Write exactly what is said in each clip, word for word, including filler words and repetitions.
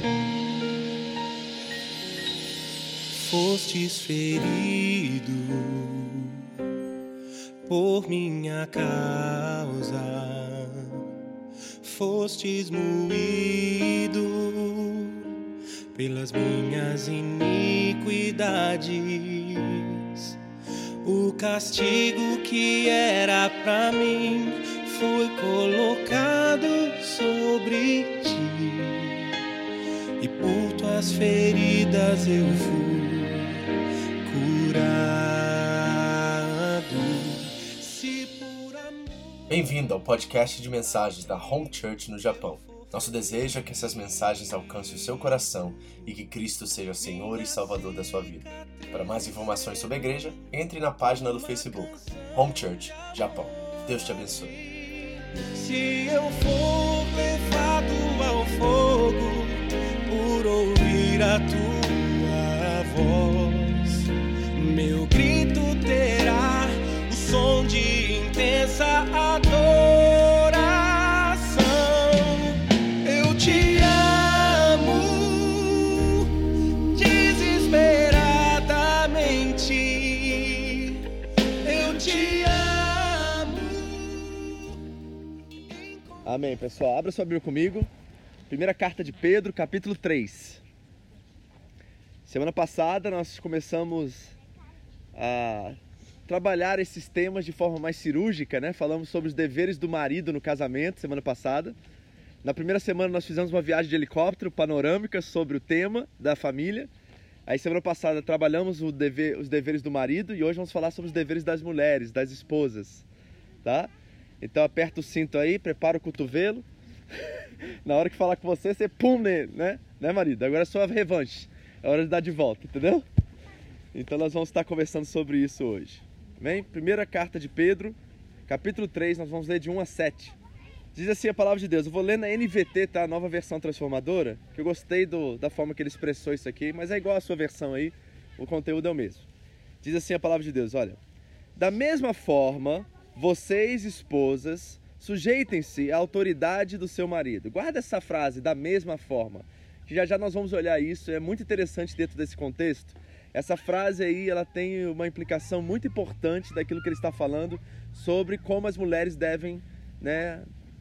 Fostes ferido por minha causa, fostes moído pelas minhas iniquidades. O castigo que era pra mim foi colocado sobre ti, e por tuas feridas eu fui Bem-vindo ao podcast de mensagens da Home Church no Japão. Nosso desejo é que essas mensagens alcancem o seu coração e que Cristo seja o Senhor e Salvador da sua vida. Para mais informações sobre a igreja, entre na página do Facebook, Home Church Japão. Deus te abençoe. Se eu for levado ao fogo por ouvir a tua voz, meu grito terá o som de intensa adoração. Eu te amo desesperadamente. Eu te amo. Amém, pessoal. Abra sua Bíblia comigo. Primeira carta de Pedro, capítulo três. Semana passada nós começamos a trabalhar esses temas de forma mais cirúrgica, né? Falamos sobre os deveres do marido no casamento, semana passada. Na primeira semana nós fizemos uma viagem de helicóptero panorâmica sobre o tema da família. Aí semana passada trabalhamos o dever, os deveres do marido, e hoje vamos falar sobre os deveres das mulheres, das esposas, tá? Então aperta o cinto aí, prepara o cotovelo. Na hora que falar com você, você pum nele, né? Né, marido? Agora é sua revanche. É hora de dar de volta, entendeu? Então nós vamos estar conversando sobre isso hoje. Amém? Primeira carta de Pedro, capítulo três, nós vamos ler de um a sete. Diz assim a palavra de Deus. Eu vou ler na N V T, tá? A nova versão transformadora, que eu gostei do, da forma que ele expressou isso aqui, mas é igual a sua versão aí, o conteúdo é o mesmo. Diz assim a palavra de Deus, olha. Da mesma forma, vocês, esposas, sujeitem-se à autoridade do seu marido. Guarda essa frase, da mesma forma, que já já nós vamos olhar isso, é muito interessante dentro desse contexto. Essa frase aí, ela tem uma implicação muito importante daquilo que ele está falando sobre como as mulheres devem, né,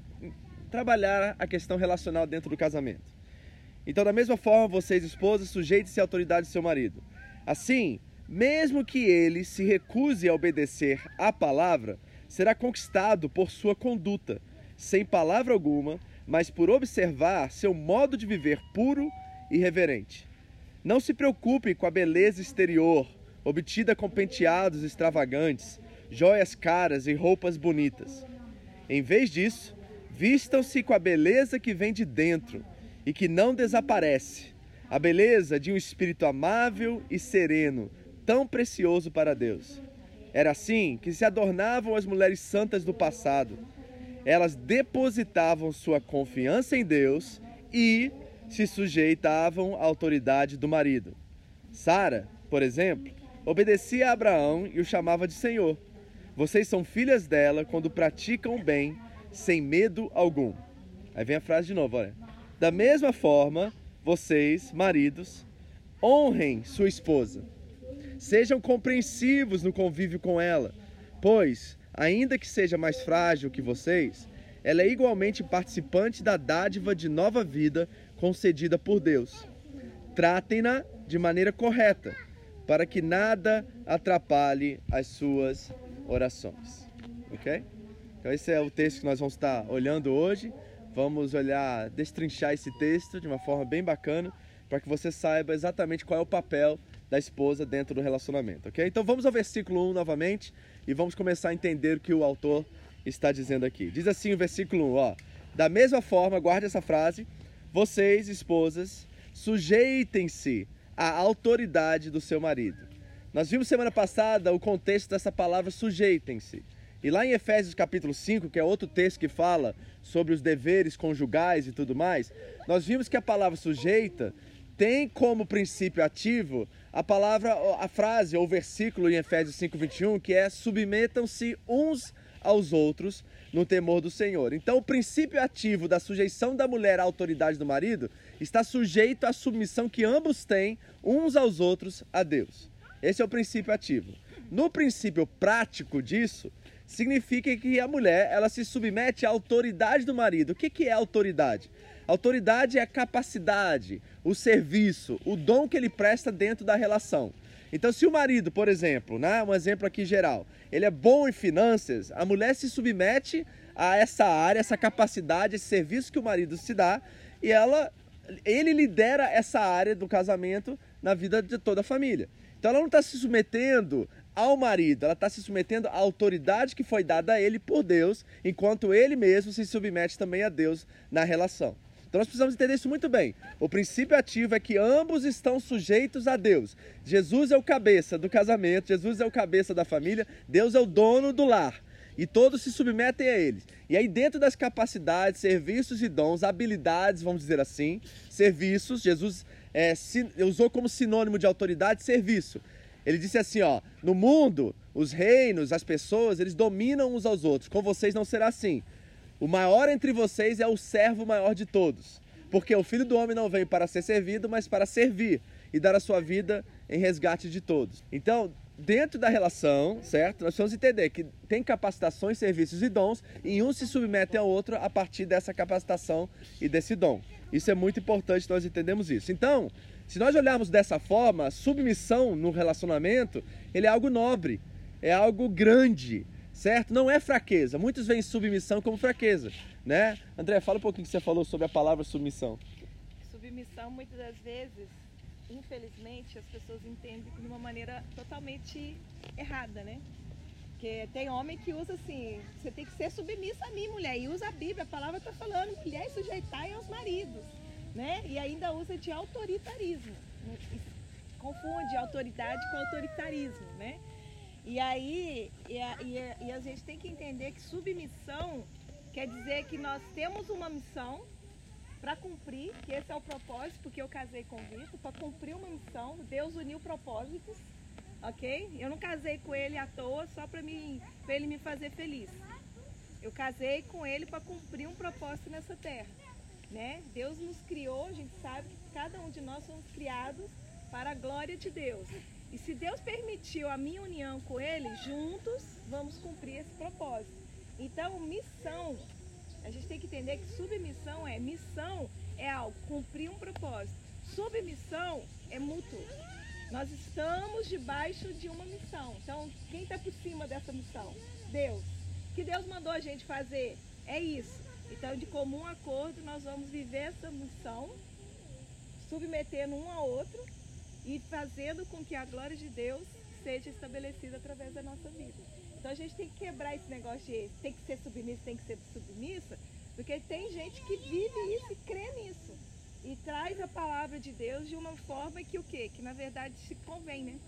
trabalhar a questão relacional dentro do casamento. Então, da mesma forma, vocês, esposas, sujeitem-se à autoridade do seu marido. Assim, mesmo que ele se recuse a obedecer à palavra, será conquistado por sua conduta, sem palavra alguma, mas por observar seu modo de viver puro e reverente. Não se preocupe com a beleza exterior, obtida com penteados extravagantes, joias caras e roupas bonitas. Em vez disso, vistam-se com a beleza que vem de dentro e que não desaparece, a beleza de um espírito amável e sereno, tão precioso para Deus. Era assim que se adornavam as mulheres santas do passado. Elas depositavam sua confiança em Deus e se sujeitavam à autoridade do marido. Sara, por exemplo, obedecia a Abraão e o chamava de Senhor. Vocês são filhas dela quando praticam o bem, sem medo algum. Aí vem a frase de novo, olha. Da mesma forma, vocês, maridos, honrem sua esposa. Sejam compreensivos no convívio com ela, pois, ainda que seja mais frágil que vocês, ela é igualmente participante da dádiva de nova vida concedida por Deus. Tratem-na de maneira correta, para que nada atrapalhe as suas orações. Ok? Então esse é o texto que nós vamos estar olhando hoje. Vamos olhar, destrinchar esse texto de uma forma bem bacana, para que você saiba exatamente qual é o papel da esposa dentro do relacionamento, ok? Então vamos ao versículo um novamente e vamos começar a entender o que o autor está dizendo aqui. Diz assim o versículo um, ó. Da mesma forma, guarde essa frase, vocês, esposas, sujeitem-se à autoridade do seu marido. Nós vimos semana passada o contexto dessa palavra sujeitem-se. E lá em Efésios capítulo cinco, que é outro texto que fala sobre os deveres conjugais e tudo mais, nós vimos que a palavra sujeita tem como princípio ativo a palavra, a frase ou versículo em Efésios cinco, vinte e um, que é submetam-se uns aos outros no temor do Senhor. Então, o princípio ativo da sujeição da mulher à autoridade do marido está sujeito à submissão que ambos têm uns aos outros a Deus. Esse é o princípio ativo. No princípio prático disso, significa que a mulher ela se submete à autoridade do marido. O que, que é autoridade? Autoridade é a capacidade, o serviço, o dom que ele presta dentro da relação. Então, se o marido, por exemplo, né, um exemplo aqui geral, ele é bom em finanças, a mulher se submete a essa área, essa capacidade, esse serviço que o marido se dá, e ela, ele lidera essa área do casamento na vida de toda a família. Então, ela não está se submetendo ao marido, ela está se submetendo à autoridade que foi dada a ele por Deus, enquanto ele mesmo se submete também a Deus na relação. Então nós precisamos entender isso muito bem. O princípio ativo é que ambos estão sujeitos a Deus. Jesus é o cabeça do casamento, Jesus é o cabeça da família, Deus é o dono do lar. E todos se submetem a ele. E aí dentro das capacidades, serviços e dons, habilidades, vamos dizer assim, serviços, Jesus é, usou como sinônimo de autoridade serviço. Ele disse assim, ó, no mundo, os reinos, as pessoas, eles dominam uns aos outros. Com vocês não será assim. O maior entre vocês é o servo maior de todos. Porque o Filho do Homem não veio para ser servido, mas para servir e dar a sua vida em resgate de todos. Então, dentro da relação, certo? Nós precisamos entender que tem capacitações, serviços e dons, e um se submete ao outro a partir dessa capacitação e desse dom. Isso é muito importante, nós entendemos isso. Então, se nós olharmos dessa forma, submissão no relacionamento, ele é algo nobre, é algo grande, certo? Não é fraqueza. Muitos veem submissão como fraqueza, né? André, fala um pouquinho que você falou sobre a palavra submissão. Submissão, muitas das vezes, infelizmente, as pessoas entendem de uma maneira totalmente errada, né? Porque tem homem que usa assim, você tem que ser submissa a mim, mulher, e usa a Bíblia, a palavra está falando, mulher sujeitai aos maridos, né? E ainda usa de autoritarismo, né? Confunde autoridade com autoritarismo, né? E aí, e a, e, a, e a gente tem que entender que submissão quer dizer que nós temos uma missão para cumprir, que esse é o propósito, porque eu casei com o Vitor, para cumprir uma missão. Deus uniu propósitos, ok? Eu não casei com ele à toa só para ele me fazer feliz. Eu casei com ele para cumprir um propósito nessa terra, né? Deus nos criou, a gente sabe que cada um de nós somos criados para a glória de Deus. E se Deus permitiu a minha união com Ele, juntos vamos cumprir esse propósito. Então, missão, a gente tem que entender que submissão é, missão é algo, cumprir um propósito. Submissão é mútuo. Nós estamos debaixo de uma missão. Então, quem está por cima dessa missão? Deus. O que Deus mandou a gente fazer? É isso. Então, de comum acordo, nós vamos viver essa missão, submetendo um ao outro, e fazendo com que a glória de Deus seja estabelecida através da nossa vida. Então a gente tem que quebrar esse negócio de tem que ser submissa, tem que ser submissa, porque tem gente que vive isso e crê nisso. E traz a palavra de Deus de uma forma que o quê? Que na verdade se convém, né?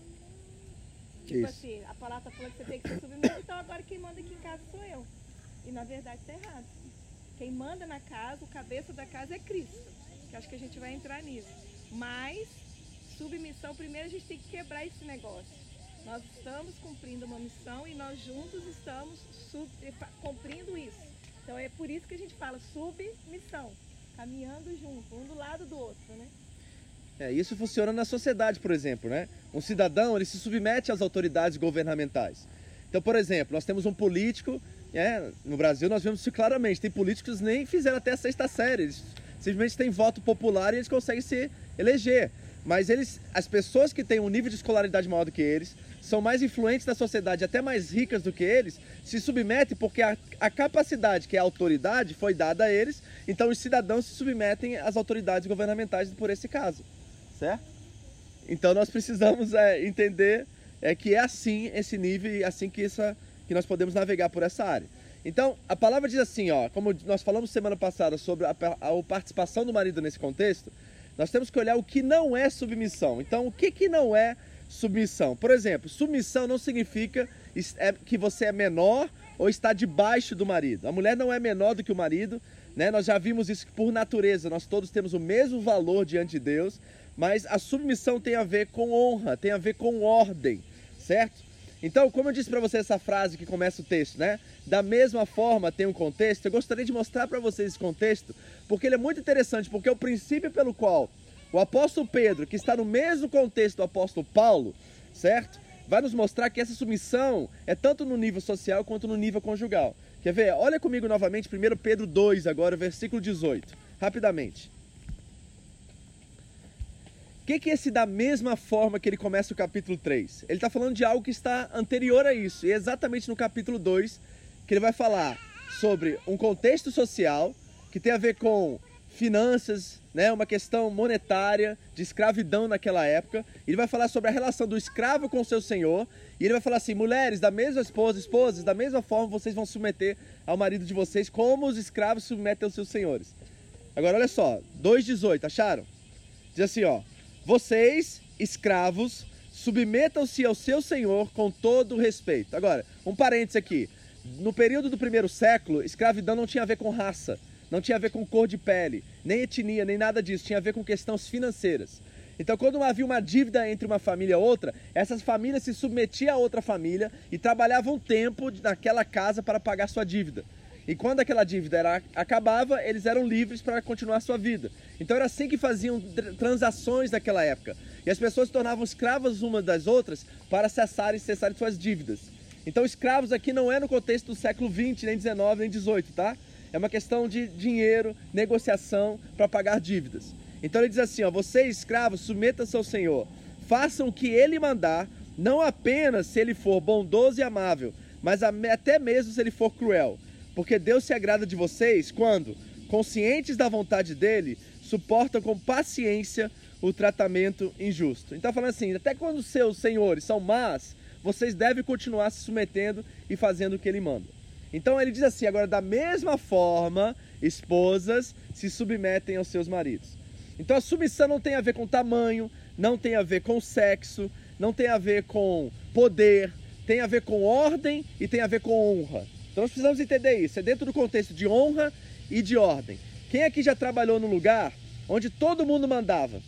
Tipo isso. Assim, a palavra falou que você tem que ser submissa, então agora quem manda aqui em casa sou eu. E na verdade está errado. Quem manda na casa, o cabeça da casa é Cristo. Que acho que a gente vai entrar nisso. Mas submissão, primeiro a gente tem que quebrar esse negócio. Nós estamos cumprindo uma missão e nós juntos estamos sub, cumprindo isso. Então é por isso que a gente fala submissão, caminhando junto, um do lado do outro, né? É, isso funciona na sociedade, por exemplo, né? Um cidadão, ele se submete às autoridades governamentais. Então, por exemplo, nós temos um político, é, no Brasil nós vemos isso claramente, tem políticos que nem fizeram até a sexta série, eles simplesmente têm voto popular e eles conseguem se eleger. Mas eles, as pessoas que têm um nível de escolaridade maior do que eles, são mais influentes na sociedade, até mais ricas do que eles, se submetem porque a, a capacidade, que é a autoridade, foi dada a eles, então os cidadãos se submetem às autoridades governamentais por esse caso, certo? Então nós precisamos é, entender é, que é assim esse nível e assim que, essa, que nós podemos navegar por essa área. Então, a palavra diz assim, ó, como nós falamos semana passada sobre a, a, a participação do marido nesse contexto, nós temos que olhar o que não é submissão. Então, o que, que não é submissão? Por exemplo, submissão não significa que você é menor ou está debaixo do marido. A mulher não é menor do que o marido, né? Nós já vimos isso por natureza, nós todos temos o mesmo valor diante de Deus, mas a submissão tem a ver com honra, tem a ver com ordem, certo? Então, como eu disse para você essa frase que começa o texto, né? Da mesma forma tem um contexto, eu gostaria de mostrar para vocês esse contexto, porque ele é muito interessante, porque é o princípio pelo qual o apóstolo Pedro, que está no mesmo contexto do apóstolo Paulo, certo? Vai nos mostrar que essa submissão é tanto no nível social quanto no nível conjugal. Quer ver? Olha comigo novamente, primeiro Pedro dois agora, versículo dezoito, rapidamente. O que, que é esse da mesma forma que ele começa o capítulo três? Ele está falando de algo que está anterior a isso. E é exatamente no capítulo dois que ele vai falar sobre um contexto social que tem a ver com finanças, né, uma questão monetária, de escravidão naquela época. Ele vai falar sobre a relação do escravo com o seu senhor. E ele vai falar assim, mulheres, da mesma esposa, esposas, da mesma forma vocês vão submeter ao marido de vocês como os escravos submetem aos seus senhores. Agora olha só, dois dezoito, acharam? Diz assim, ó. Vocês, escravos, submetam-se ao seu senhor com todo o respeito. Agora, um parênteses aqui. No período do primeiro século, escravidão não tinha a ver com raça, não tinha a ver com cor de pele, nem etnia, nem nada disso. Tinha a ver com questões financeiras. Então, quando havia uma dívida entre uma família e outra, essas famílias se submetiam a outra família e trabalhavam um tempo naquela casa para pagar sua dívida. E quando aquela dívida era, acabava, eles eram livres para continuar a sua vida. Então era assim que faziam transações naquela época. E as pessoas se tornavam escravas umas das outras para cessarem, cessarem suas dívidas. Então escravos aqui não é no contexto do século vinte, nem dezenove, nem dezoito, tá? É uma questão de dinheiro, negociação para pagar dívidas. Então ele diz assim, ó, vocês escravos, submetam-se ao Senhor. Façam o que Ele mandar, não apenas se Ele for bondoso e amável, mas até mesmo se Ele for cruel. Porque Deus se agrada de vocês quando, conscientes da vontade dEle, suportam com paciência o tratamento injusto. Então falando assim, até quando os seus senhores são más, vocês devem continuar se submetendo e fazendo o que Ele manda. Então ele diz assim, agora da mesma forma, esposas se submetem aos seus maridos. Então a submissão não tem a ver com tamanho, não tem a ver com sexo, não tem a ver com poder, tem a ver com ordem e tem a ver com honra. Então nós precisamos entender isso, é dentro do contexto de honra e de ordem. Quem aqui já trabalhou num lugar onde todo mundo mandava?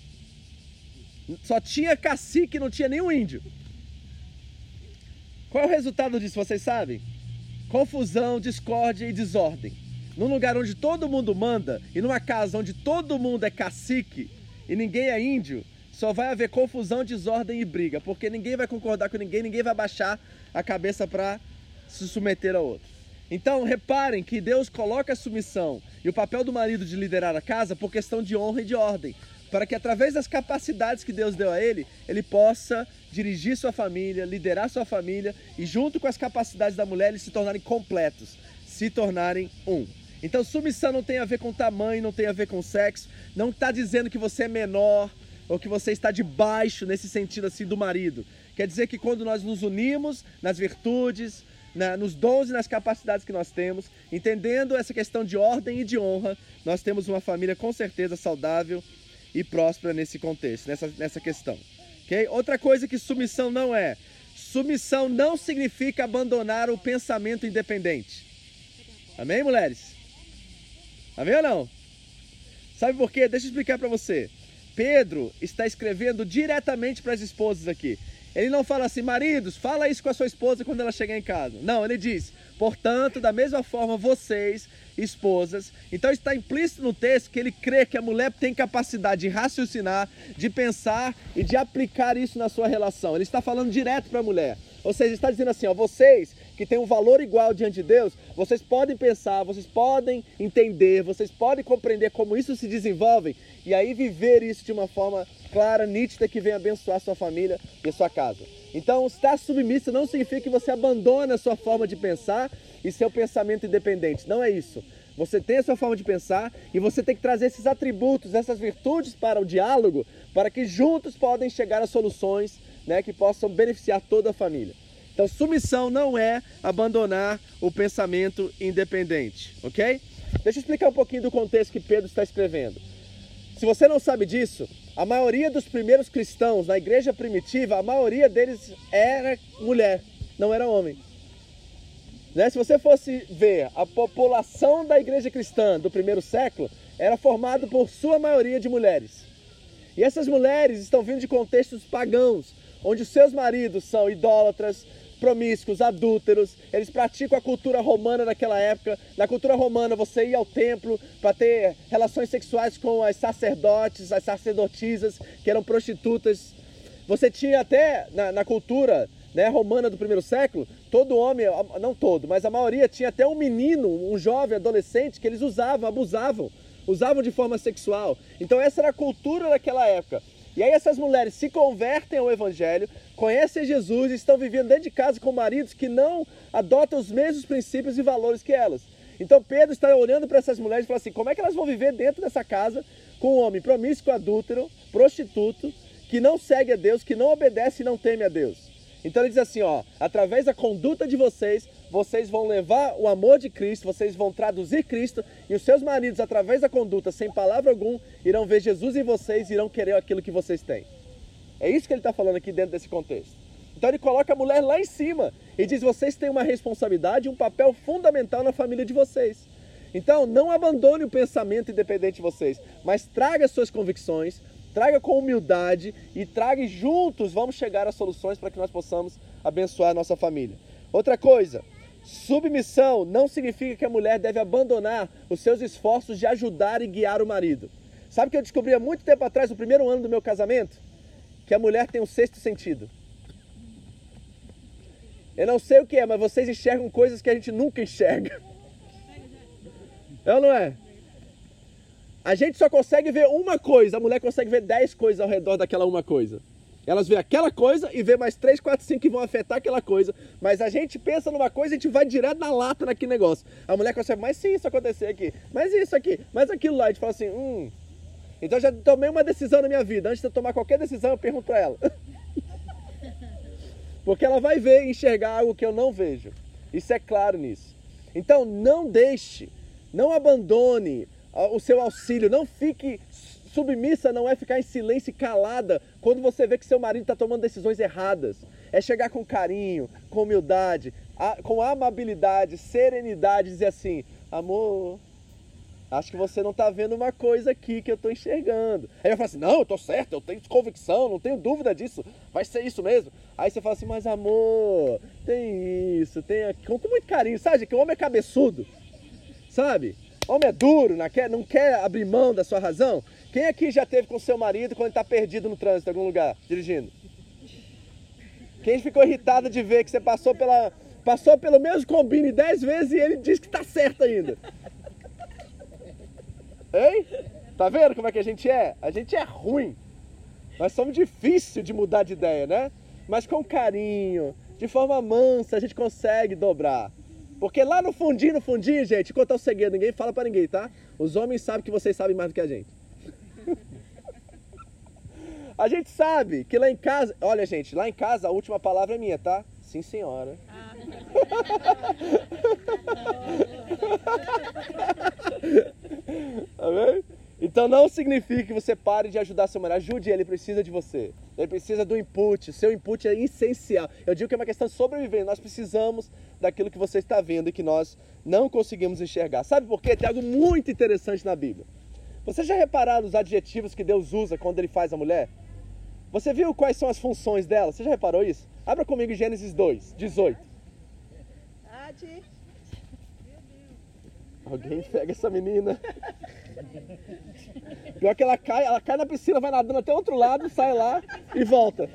Só tinha cacique, não tinha nenhum índio. Qual é o resultado disso, vocês sabem? Confusão, discórdia e desordem. Num lugar onde todo mundo manda e numa casa onde todo mundo é cacique e ninguém é índio, só vai haver confusão, desordem e briga, porque ninguém vai concordar com ninguém, ninguém vai baixar a cabeça para se submeter a outro. Então, reparem que Deus coloca a submissão e o papel do marido de liderar a casa por questão de honra e de ordem, para que através das capacidades que Deus deu a ele, ele possa dirigir sua família, liderar sua família e junto com as capacidades da mulher, eles se tornarem completos, se tornarem um. Então, submissão não tem a ver com tamanho, não tem a ver com sexo, não está dizendo que você é menor ou que você está debaixo nesse sentido assim do marido. Quer dizer que quando nós nos unimos nas virtudes, Na, nos dons e nas capacidades que nós temos, entendendo essa questão de ordem e de honra, nós temos uma família com certeza saudável e próspera nesse contexto, nessa, nessa questão. Okay? Outra coisa que submissão não é, submissão não significa abandonar o pensamento independente. Amém, mulheres? Amém ou não? Sabe por quê? Deixa eu explicar para você. Pedro está escrevendo diretamente para as esposas aqui. Ele não fala assim, maridos, fala isso com a sua esposa quando ela chegar em casa. Não, ele diz, portanto, da mesma forma, vocês, esposas. Então está implícito no texto que ele crê que a mulher tem capacidade de raciocinar, de pensar e de aplicar isso na sua relação. Ele está falando direto para a mulher. Ou seja, ele está dizendo assim, ó, vocês que têm um valor igual diante de Deus, vocês podem pensar, vocês podem entender, vocês podem compreender como isso se desenvolve e aí viver isso de uma forma clara, nítida, que venha abençoar a sua família e a sua casa. Então, estar submissa não significa que você abandona a sua forma de pensar e seu pensamento independente. Não é isso. Você tem a sua forma de pensar e você tem que trazer esses atributos, essas virtudes para o diálogo, para que juntos podem chegar a soluções, né, que possam beneficiar toda a família. Então, submissão não é abandonar o pensamento independente, ok? Deixa eu explicar um pouquinho do contexto que Pedro está escrevendo. Se você não sabe disso, a maioria dos primeiros cristãos na igreja primitiva, a maioria deles era mulher, não era homem. Né? Se você fosse ver a população da igreja cristã do primeiro século, era formada por sua maioria de mulheres. E essas mulheres estão vindo de contextos pagãos, onde os seus maridos são idólatras, promíscuos, adúlteros, eles praticam a cultura romana naquela época. Na cultura romana você ia ao templo para ter relações sexuais com as sacerdotes, as sacerdotisas, que eram prostitutas. Você tinha até, na, na cultura, né, romana do primeiro século, todo homem, não todo, mas a maioria tinha até um menino, um jovem, adolescente, que eles usavam, abusavam, usavam de forma sexual. Então essa era a cultura daquela época. E aí essas mulheres se convertem ao evangelho, conhecem Jesus e estão vivendo dentro de casa com maridos que não adotam os mesmos princípios e valores que elas. Então Pedro está olhando para essas mulheres e fala assim, como é que elas vão viver dentro dessa casa com um homem promíscuo, adúltero, prostituto, que não segue a Deus, que não obedece e não teme a Deus. Então ele diz assim, ó, através da conduta de vocês, vocês vão levar o amor de Cristo, vocês vão traduzir Cristo, e os seus maridos, através da conduta, sem palavra alguma, irão ver Jesus em vocês e irão querer aquilo que vocês têm. É isso que ele está falando aqui dentro desse contexto. Então ele coloca a mulher lá em cima e diz, vocês têm uma responsabilidade, um papel fundamental na família de vocês. Então não abandone o pensamento independente de vocês, mas traga as suas convicções, traga com humildade e traga juntos, vamos chegar a soluções para que nós possamos abençoar a nossa família. Outra coisa, submissão não significa que a mulher deve abandonar os seus esforços de ajudar e guiar o marido. Sabe o que eu descobri há muito tempo atrás, no primeiro ano do meu casamento? Que a mulher tem um sexto sentido. Eu não sei o que é, mas vocês enxergam coisas que a gente nunca enxerga. É ou não é? A gente só consegue ver uma coisa, a mulher consegue ver dez coisas ao redor daquela uma coisa. Elas veem aquela coisa e vê mais três, quatro, cinco que vão afetar aquela coisa. Mas a gente pensa numa coisa e a gente vai direto na lata naquele negócio. A mulher consegue, mas sim, isso acontecer aqui, mas isso aqui, mas aquilo lá. A gente fala assim, hum... Então eu já tomei uma decisão na minha vida. Antes de eu tomar qualquer decisão, eu pergunto para ela. Porque ela vai ver e enxergar algo que eu não vejo. Isso é claro nisso. Então não deixe, não abandone o seu auxílio, não fique submissa, não é ficar em silêncio e calada quando você vê que seu marido está tomando decisões erradas. É chegar com carinho, com humildade, com amabilidade, serenidade, dizer assim, amor, acho que você não está vendo uma coisa aqui que eu estou enxergando. Aí eu falo assim, não, eu estou certo, eu tenho convicção, não tenho dúvida disso, vai ser isso mesmo. Aí você fala assim, mas amor, tem isso, tem aquilo, com muito carinho, sabe? Que o homem é cabeçudo, sabe? Homem é duro, não quer, não quer abrir mão da sua razão. Quem aqui já teve com seu marido quando ele está perdido no trânsito em algum lugar, dirigindo? Quem ficou irritado de ver que você passou, pela, passou pelo mesmo combine dez vezes e ele diz que está certo ainda? Hein? Tá vendo como é que a gente é? A gente é ruim. Nós somos difíceis de mudar de ideia, né? Mas com carinho, de forma mansa, a gente consegue dobrar. Porque lá no fundinho, no fundinho, gente, contar o segredo, ninguém fala pra ninguém, tá? Os homens sabem que vocês sabem mais do que a gente. A gente sabe que lá em casa... Olha, gente, lá em casa a última palavra é minha, tá? Sim, senhora. Ah. Tá vendo? Então não significa que você pare de ajudar seu marido. Ajude ele, ele precisa de você. Ele precisa do input. Seu input é essencial. Eu digo que é uma questão de sobreviver. Nós precisamos daquilo que você está vendo e que nós não conseguimos enxergar. Sabe por quê? Tem algo muito interessante na Bíblia. Você já repararam os adjetivos que Deus usa quando Ele faz a mulher? Você viu quais são as funções dela? Você já reparou isso? Abra comigo em Gênesis dois, dezoito. Adi. Alguém pega essa menina. Pior que ela cai, ela cai na piscina, vai nadando até o outro lado, sai lá e volta.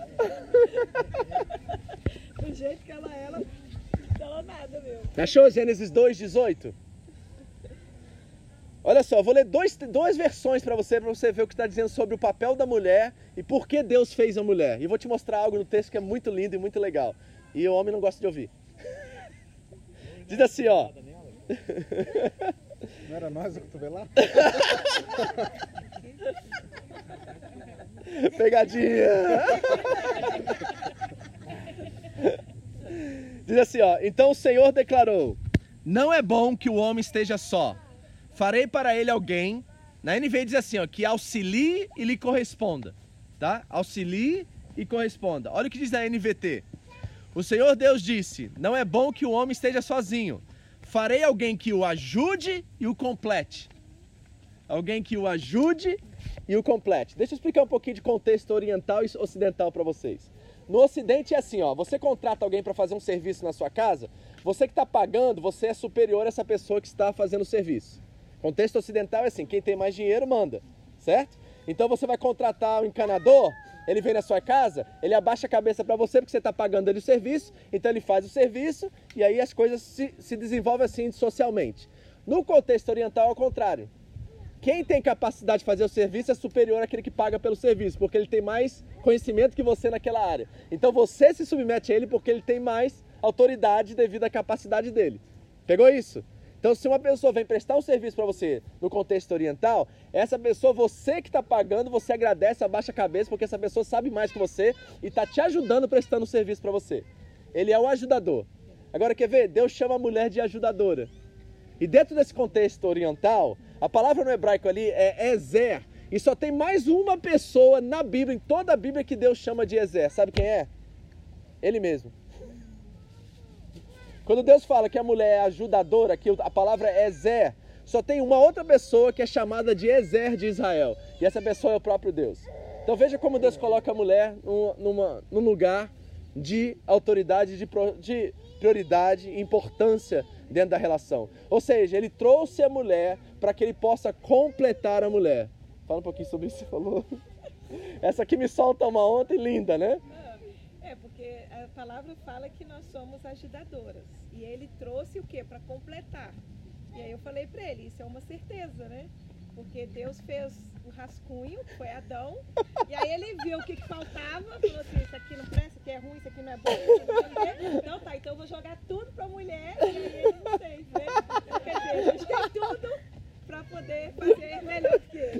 Do jeito que ela é, ela não fala nada mesmo. Achou Gênesis dois, dezoito? Olha só, eu vou ler dois, duas versões para você, para você ver o que está dizendo sobre o papel da mulher e por que Deus fez a mulher. E vou te mostrar algo no texto que é muito lindo e muito legal. E o homem não gosta de ouvir. Diz assim, ó. Não era nós a cotovelar? Pegadinha! Diz assim, ó. Então o Senhor declarou: não é bom que o homem esteja só. Farei para ele alguém. Na N V I diz assim, ó, que auxilie e lhe corresponda. Tá? Auxilie e corresponda. Olha o que diz na N V T. O Senhor Deus disse: não é bom que o homem esteja sozinho. Farei alguém que o ajude e o complete. Alguém que o ajude e o complete. Deixa eu explicar um pouquinho de contexto oriental e ocidental para vocês. No Ocidente é assim, ó, você contrata alguém para fazer um serviço na sua casa, você que está pagando, você é superior a essa pessoa que está fazendo o serviço. Contexto ocidental é assim, quem tem mais dinheiro manda, certo? Então você vai contratar um encanador, ele vem na sua casa, ele abaixa a cabeça para você porque você está pagando ele o serviço, então ele faz o serviço e aí as coisas se, se desenvolvem assim socialmente. No contexto oriental é o contrário. Quem tem capacidade de fazer o serviço é superior àquele que paga pelo serviço, porque ele tem mais conhecimento que você naquela área. Então você se submete a ele porque ele tem mais autoridade devido à capacidade dele. Pegou isso? Então se uma pessoa vem prestar um serviço para você no contexto oriental, essa pessoa, você que está pagando, você agradece, abaixa a cabeça, porque essa pessoa sabe mais que você e está te ajudando prestando um serviço para você. Ele é um ajudador. Agora quer ver? Deus chama a mulher de ajudadora. E dentro desse contexto oriental, a palavra no hebraico ali é Ezer. E só tem mais uma pessoa na Bíblia, em toda a Bíblia, que Deus chama de Ezer. Sabe quem é? Ele mesmo. Quando Deus fala que a mulher é ajudadora, que a palavra é Ezer, só tem uma outra pessoa que é chamada de Ezer de Israel. E essa pessoa é o próprio Deus. Então veja como Deus coloca a mulher num, numa, num lugar de autoridade, de, de prioridade e importância dentro da relação. Ou seja, ele trouxe a mulher para que ele possa completar a mulher. Fala um pouquinho sobre isso que você falou. Essa aqui me solta uma ontem linda, né? É, porque a palavra fala que nós somos ajudadoras. E ele trouxe o quê? Para completar. E aí eu falei para ele, isso é uma certeza, né? Porque Deus fez o rascunho, que foi Adão, e aí ele viu o que, que faltava, falou assim, isso aqui não presta, isso aqui é ruim, isso aqui não é bom, isso aqui não é bom. Então tá, então eu vou jogar tudo pra mulher, e aí ele não fez, né? Quer dizer, a gente tem tudo pra poder fazer melhor que ele.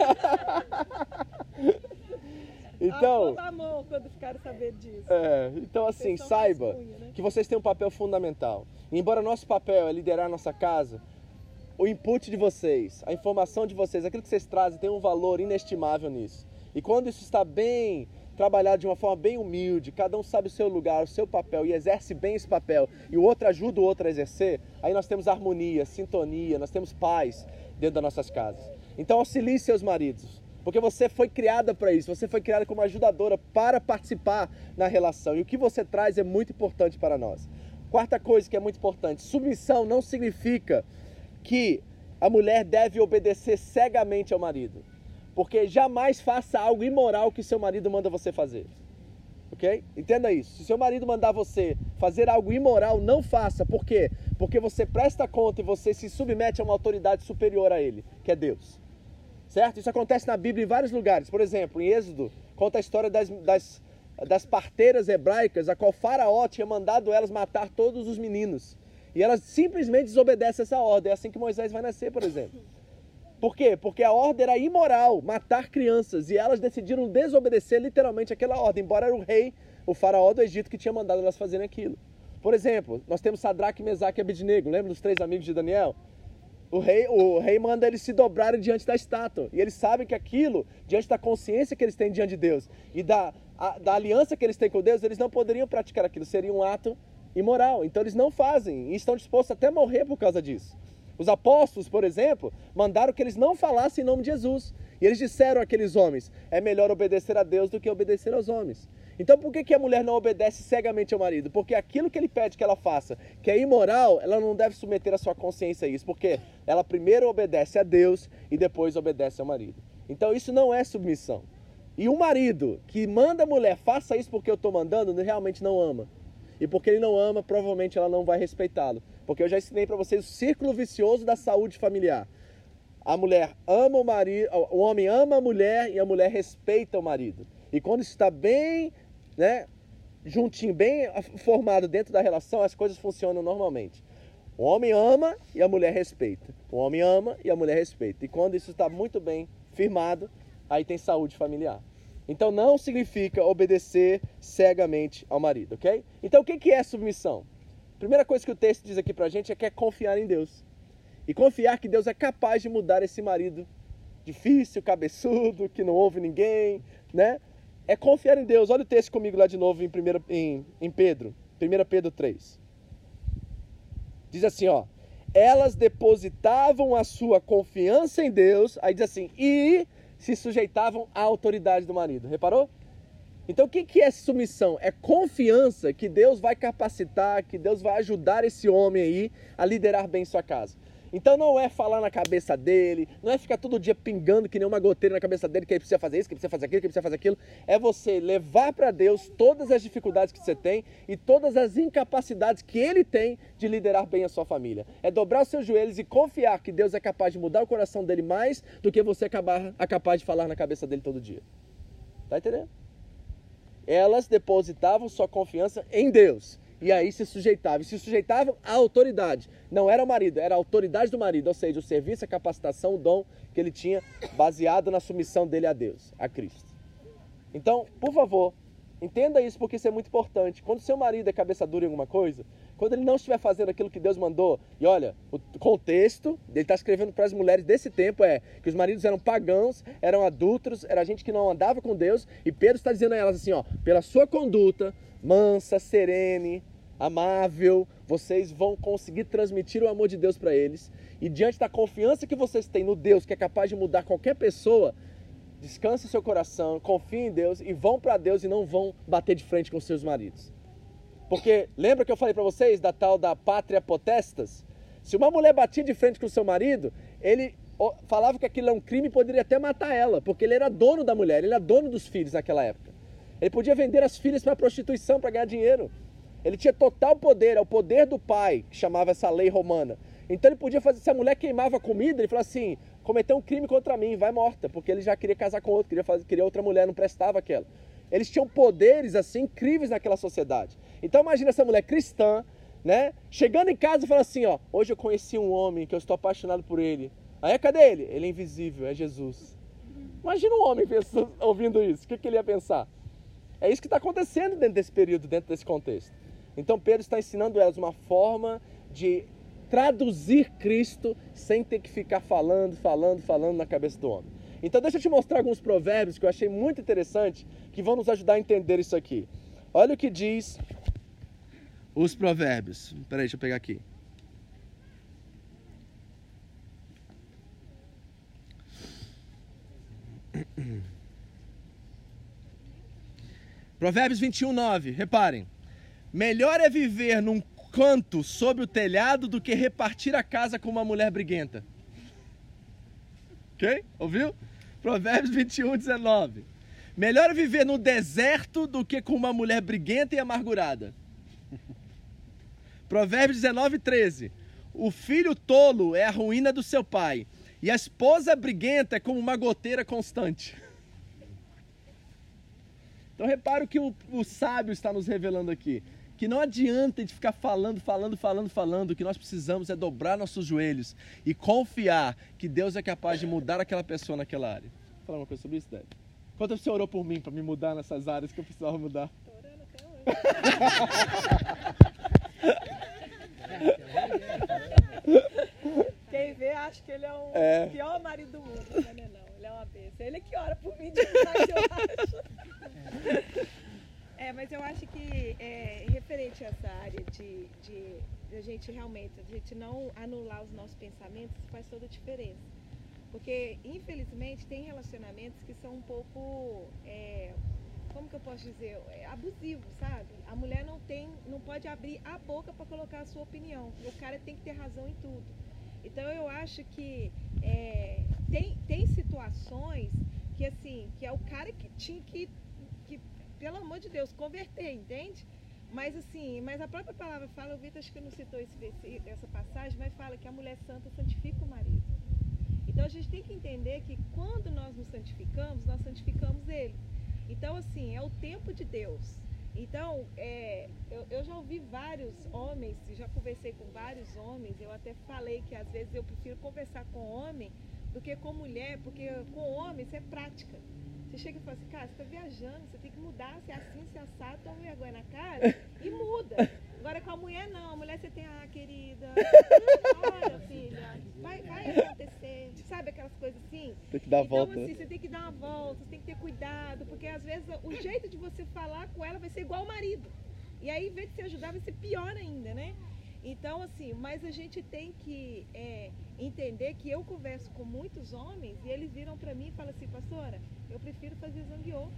Então, a amor quando ficaram sabendo disso. É, então assim, saiba rascunho, né? Que vocês têm um papel fundamental. E embora nosso papel é liderar a nossa casa, o input de vocês, a informação de vocês, aquilo que vocês trazem tem um valor inestimável nisso. E quando isso está bem trabalhado de uma forma bem humilde, cada um sabe o seu lugar, o seu papel e exerce bem esse papel, e o outro ajuda o outro a exercer, aí nós temos harmonia, sintonia, nós temos paz dentro das nossas casas. Então auxilie seus maridos, porque você foi criada para isso, você foi criada como ajudadora para participar na relação, e o que você traz é muito importante para nós. Quarta coisa que é muito importante, submissão não significa que a mulher deve obedecer cegamente ao marido, porque jamais faça algo imoral que seu marido manda você fazer, ok? Entenda isso, se seu marido mandar você fazer algo imoral, não faça. Por quê? Porque você presta conta e você se submete a uma autoridade superior a ele, que é Deus, certo? Isso acontece na Bíblia em vários lugares. Por exemplo, em Êxodo, conta a história das, das, das parteiras hebraicas, a qual Faraó tinha mandado elas matar todos os meninos. E elas simplesmente desobedecem essa ordem. É assim que Moisés vai nascer, por exemplo. Por quê? Porque a ordem era imoral, matar crianças. E elas decidiram desobedecer literalmente aquela ordem, embora era o rei, o faraó do Egito, que tinha mandado elas fazerem aquilo. Por exemplo, nós temos Sadraque, Mesaque e Abednego. Lembra dos três amigos de Daniel? O rei, o rei manda eles se dobrarem diante da estátua. E eles sabem que aquilo, diante da consciência que eles têm diante de Deus e da, a, da aliança que eles têm com Deus, eles não poderiam praticar aquilo. Seria um ato imoral. Então eles não fazem e estão dispostos até a morrer por causa disso. Os apóstolos, por exemplo, mandaram que eles não falassem em nome de Jesus. E eles disseram àqueles homens, é melhor obedecer a Deus do que obedecer aos homens. Então por que, que a mulher não obedece cegamente ao marido? Porque aquilo que ele pede que ela faça, que é imoral, ela não deve submeter a sua consciência a isso. Porque ela primeiro obedece a Deus e depois obedece ao marido. Então isso não é submissão. E um marido que manda a mulher, faça isso porque eu estou mandando, realmente não ama. E porque ele não ama, provavelmente ela não vai respeitá-lo. Porque eu já ensinei para vocês o círculo vicioso da saúde familiar. A mulher ama o marido, o homem ama a mulher e a mulher respeita o marido. E quando isso está bem, né, juntinho, bem formado dentro da relação, as coisas funcionam normalmente. O homem ama e a mulher respeita. O homem ama e a mulher respeita. E quando isso está muito bem firmado, aí tem saúde familiar. Então não significa obedecer cegamente ao marido, ok? Então o que é submissão? A primeira coisa que o texto diz aqui pra gente é que é confiar em Deus. E confiar que Deus é capaz de mudar esse marido difícil, cabeçudo, que não ouve ninguém, né? É confiar em Deus. Olha o texto comigo lá de novo em, primeira, em, em Pedro, primeira Pedro três. Diz assim, ó. Elas depositavam a sua confiança em Deus, aí diz assim, e se sujeitavam à autoridade do marido. Reparou? Então o que que é submissão? É confiança que Deus vai capacitar, que Deus vai ajudar esse homem aí a liderar bem sua casa. Então não é falar na cabeça dele, não é ficar todo dia pingando que nem uma goteira na cabeça dele, que ele precisa fazer isso, que ele precisa fazer aquilo, que ele precisa fazer aquilo. É você levar para Deus todas as dificuldades que você tem e todas as incapacidades que ele tem de liderar bem a sua família. É dobrar os seus joelhos e confiar que Deus é capaz de mudar o coração dele mais do que você acabar, é capaz de falar na cabeça dele todo dia. Tá entendendo? Elas depositavam sua confiança em Deus. E aí se sujeitavam. E se sujeitavam à autoridade. Não era o marido, era a autoridade do marido. Ou seja, o serviço, a capacitação, o dom que ele tinha baseado na submissão dele a Deus, a Cristo. Então, por favor, entenda isso porque isso é muito importante. Quando seu marido é cabeça dura em alguma coisa, quando ele não estiver fazendo aquilo que Deus mandou, e olha, o contexto, ele está escrevendo para as mulheres desse tempo é que os maridos eram pagãos, eram adúlteros, era gente que não andava com Deus, e Pedro está dizendo a elas assim, ó, pela sua conduta mansa, serene, amável, vocês vão conseguir transmitir o amor de Deus para eles, e diante da confiança que vocês têm no Deus, que é capaz de mudar qualquer pessoa, descanse o seu coração, confie em Deus, e vão para Deus e não vão bater de frente com seus maridos. Porque lembra que eu falei para vocês da tal da pátria potestas? Se uma mulher batia de frente com o seu marido, ele falava que aquilo é um crime e poderia até matar ela, porque ele era dono da mulher, ele era dono dos filhos naquela época. Ele podia vender as filhas para prostituição para ganhar dinheiro. Ele tinha total poder, é o poder do pai, que chamava essa lei romana. Então ele podia fazer, se a mulher queimava comida, ele falava assim, cometeu um crime contra mim, vai morta, porque ele já queria casar com outro, queria, fazer, queria outra mulher, não prestava aquela. Eles tinham poderes assim incríveis naquela sociedade. Então imagina essa mulher cristã, né, chegando em casa e falando assim, ó, hoje eu conheci um homem que eu estou apaixonado por ele. Aí cadê ele? Ele é invisível, é Jesus. Imagina um homem pensando, ouvindo isso, o que, que ele ia pensar? É isso que está acontecendo dentro desse período, dentro desse contexto. Então Pedro está ensinando elas uma forma de traduzir Cristo sem ter que ficar falando, falando, falando na cabeça do homem. Então deixa eu te mostrar alguns provérbios que eu achei muito interessante, que vão nos ajudar a entender isso aqui. Olha o que diz os provérbios. Peraí, deixa eu pegar aqui. Provérbios vinte e um, nove. Reparem. Melhor é viver num canto sob o telhado do que repartir a casa com uma mulher briguenta. Ok? Ouviu? Provérbios vinte e um, dezenove. Melhor é viver no deserto do que com uma mulher briguenta e amargurada. Provérbios dezenove, treze. O filho tolo é a ruína do seu pai, e a esposa briguenta é como uma goteira constante. Então repara o que o, o sábio está nos revelando aqui. Que não adianta de ficar falando, falando, falando, falando. O que nós precisamos é dobrar nossos joelhos e confiar que Deus é capaz de mudar aquela pessoa naquela área. Vou falar uma coisa sobre isso, Débora? Quanto você orou por mim para me mudar nessas áreas que eu precisava mudar? Estou orando até hoje. Quem vê acha que ele é o É. pior marido do mundo. Não, não, não. Ele é uma bênção. Ele é que ora por mim de verdade, eu acho. É, mas eu acho que é, referente a essa área de, de, de a gente realmente, a gente não anular os nossos pensamentos, faz toda a diferença. Porque, infelizmente, tem relacionamentos que são um pouco, é, como que eu posso dizer, é, abusivos, sabe? A mulher não tem, não pode abrir a boca para colocar a sua opinião. O cara tem que ter razão em tudo. Então, eu acho que é, tem, tem situações que, assim, que é o cara que tinha que, que pelo amor de Deus, converter, entende? Mas assim, mas a própria palavra fala, o Vitor acho que não citou esse, essa passagem, mas fala que a mulher santa santifica o marido. Então a gente tem que entender que quando nós nos santificamos, nós santificamos ele. Então assim, é o tempo de Deus. Então, é, eu, eu já ouvi vários homens, já conversei com vários homens, eu até falei que às vezes eu prefiro conversar com homem do que com mulher, porque com homem isso é prática. Você chega e fala assim, cara, você está viajando, você tem que mudar, se é assim, se é assado, toma vergonha na cara e muda. Agora com a mulher não, a mulher você tem, ah, querida, olha filha, vai, vai acontecer, sabe aquelas coisas assim? Tem que dar a então, volta. Então assim, você tem que dar uma volta, você tem que ter cuidado, porque às vezes o jeito de você falar com ela vai ser igual ao marido. E aí, em vez de se ajudar, vai ser pior ainda, né? Então, assim, mas a gente tem que é, entender que eu converso com muitos homens e eles viram pra mim e falam assim, pastora, eu prefiro fazer zangueô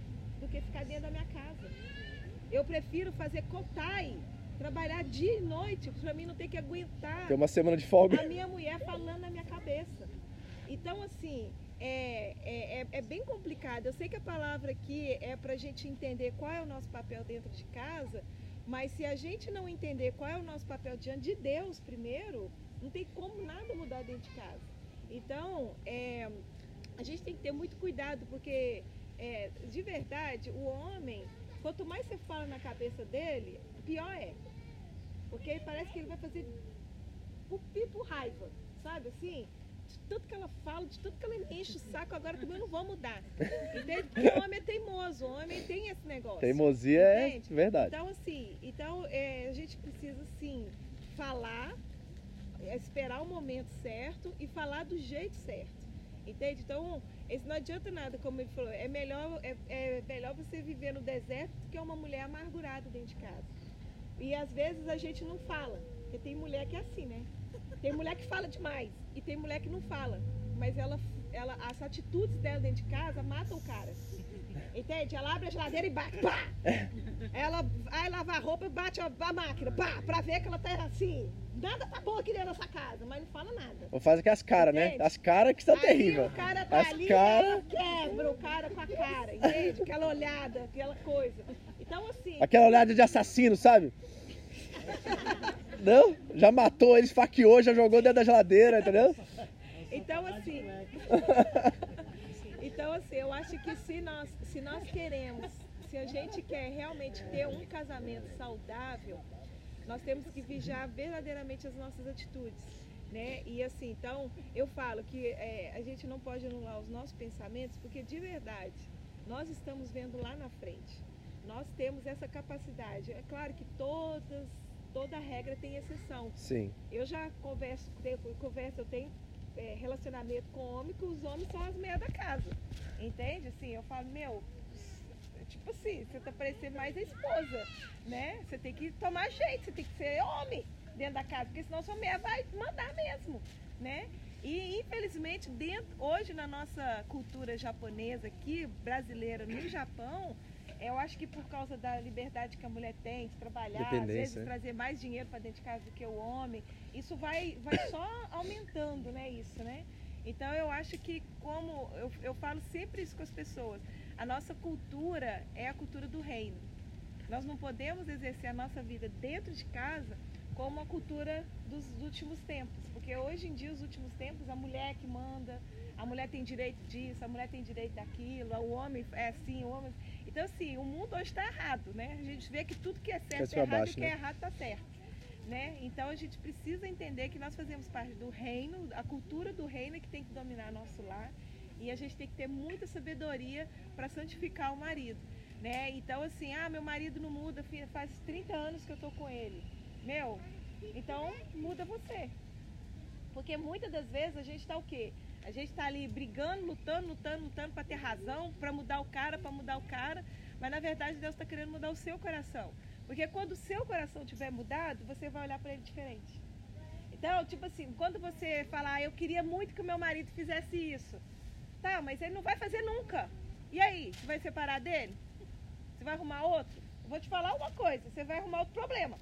do que ficar dentro da minha casa. Eu prefiro fazer cotai, trabalhar dia e noite, para mim não ter que aguentar Tem uma semana de folga. a minha mulher falando na minha cabeça. Então, assim, é, é, é, é bem complicado. Eu sei que a palavra aqui é para a gente entender qual é o nosso papel dentro de casa, mas se a gente não entender qual é o nosso papel diante de Deus primeiro, não tem como nada mudar dentro de casa. Então, é, a gente tem que ter muito cuidado, porque, é, de verdade, o homem, quanto mais você fala na cabeça dele, pior é. Porque parece que ele vai fazer por, por raiva, sabe assim? De tanto que ela fala, de tanto que ela me enche o saco, agora também eu não vou mudar. Entende? Porque o homem é teimoso, o homem tem esse negócio. Teimosia entende? É verdade. Então, assim, então, é, a gente precisa, sim, falar, esperar o momento certo e falar do jeito certo. Entende? Então, esse não adianta nada, como ele falou, é melhor, é, é melhor você viver no deserto do que uma mulher amargurada dentro de casa. E às vezes a gente não fala, porque tem mulher que é assim, né? Tem mulher que fala demais e tem mulher que não fala, mas ela, ela, as atitudes dela dentro de casa matam o cara. Entende? Ela abre a geladeira e bate, pá! Ela vai lavar a roupa e bate a, a máquina, pá! Pra ver que ela tá assim, nada tá bom aqui dentro dessa casa, mas não fala nada. Ou faz aqui as caras, né? Entende? As caras que são Aí terríveis. o cara tá As ali, cara... ela quebra o cara com a cara, entende? Aquela olhada, aquela coisa. Então, assim... Aquela olhada de assassino, sabe? Não? Já matou, ele esfaqueou, já jogou dentro da geladeira, entendeu? Então, assim... Então, assim, eu acho que se nós, se nós queremos, se a gente quer realmente ter um casamento saudável, nós temos que vigiar verdadeiramente as nossas atitudes, né? E assim, então, eu falo que é, a gente não pode anular os nossos pensamentos, porque de verdade, nós estamos vendo lá na frente. Nós temos essa capacidade. É claro que todas, toda regra tem exceção. Sim. Eu já converso, eu converso, eu tenho é, relacionamento com homem, que os homens são as mulheres da casa. Entende? Assim, eu falo, meu, tipo assim, você tá parecendo mais a esposa, né? Você tem que tomar jeito, você tem que ser homem dentro da casa, porque senão sua mulher vai mandar mesmo, né? E infelizmente, dentro, hoje na nossa cultura japonesa aqui, brasileira no Japão, eu acho que por causa da liberdade que a mulher tem de trabalhar, às vezes né? trazer mais dinheiro para dentro de casa do que o homem, isso vai, vai só aumentando, né, isso, né? Então eu acho que, como eu, eu falo sempre isso com as pessoas, a nossa cultura é a cultura do reino. Nós não podemos exercer a nossa vida dentro de casa como a cultura dos últimos tempos, porque hoje em dia, os últimos tempos, a mulher que manda, a mulher tem direito disso, a mulher tem direito daquilo, o homem é assim, o homem... Então, assim, o mundo hoje está errado, né? A gente vê que tudo que é certo é errado baixo, e o que né? é errado está certo, né? Então, a gente precisa entender que nós fazemos parte do reino, a cultura do reino é que tem que dominar nosso lar, e a gente tem que ter muita sabedoria para santificar o marido, né? Então, assim, ah, meu marido não muda, faz trinta anos que eu tô com ele. Meu, então muda você. Porque muitas das vezes a gente está o quê? A gente está ali brigando, lutando, lutando, lutando para ter razão, para mudar o cara, para mudar o cara, mas na verdade Deus está querendo mudar o seu coração. Porque quando o seu coração tiver mudado, você vai olhar para ele diferente. Então, tipo assim, quando você falar, ah, eu queria muito que o meu marido fizesse isso, tá, mas ele não vai fazer nunca. E aí, você vai separar dele? Você vai arrumar outro? Eu vou te falar uma coisa, você vai arrumar outro problema.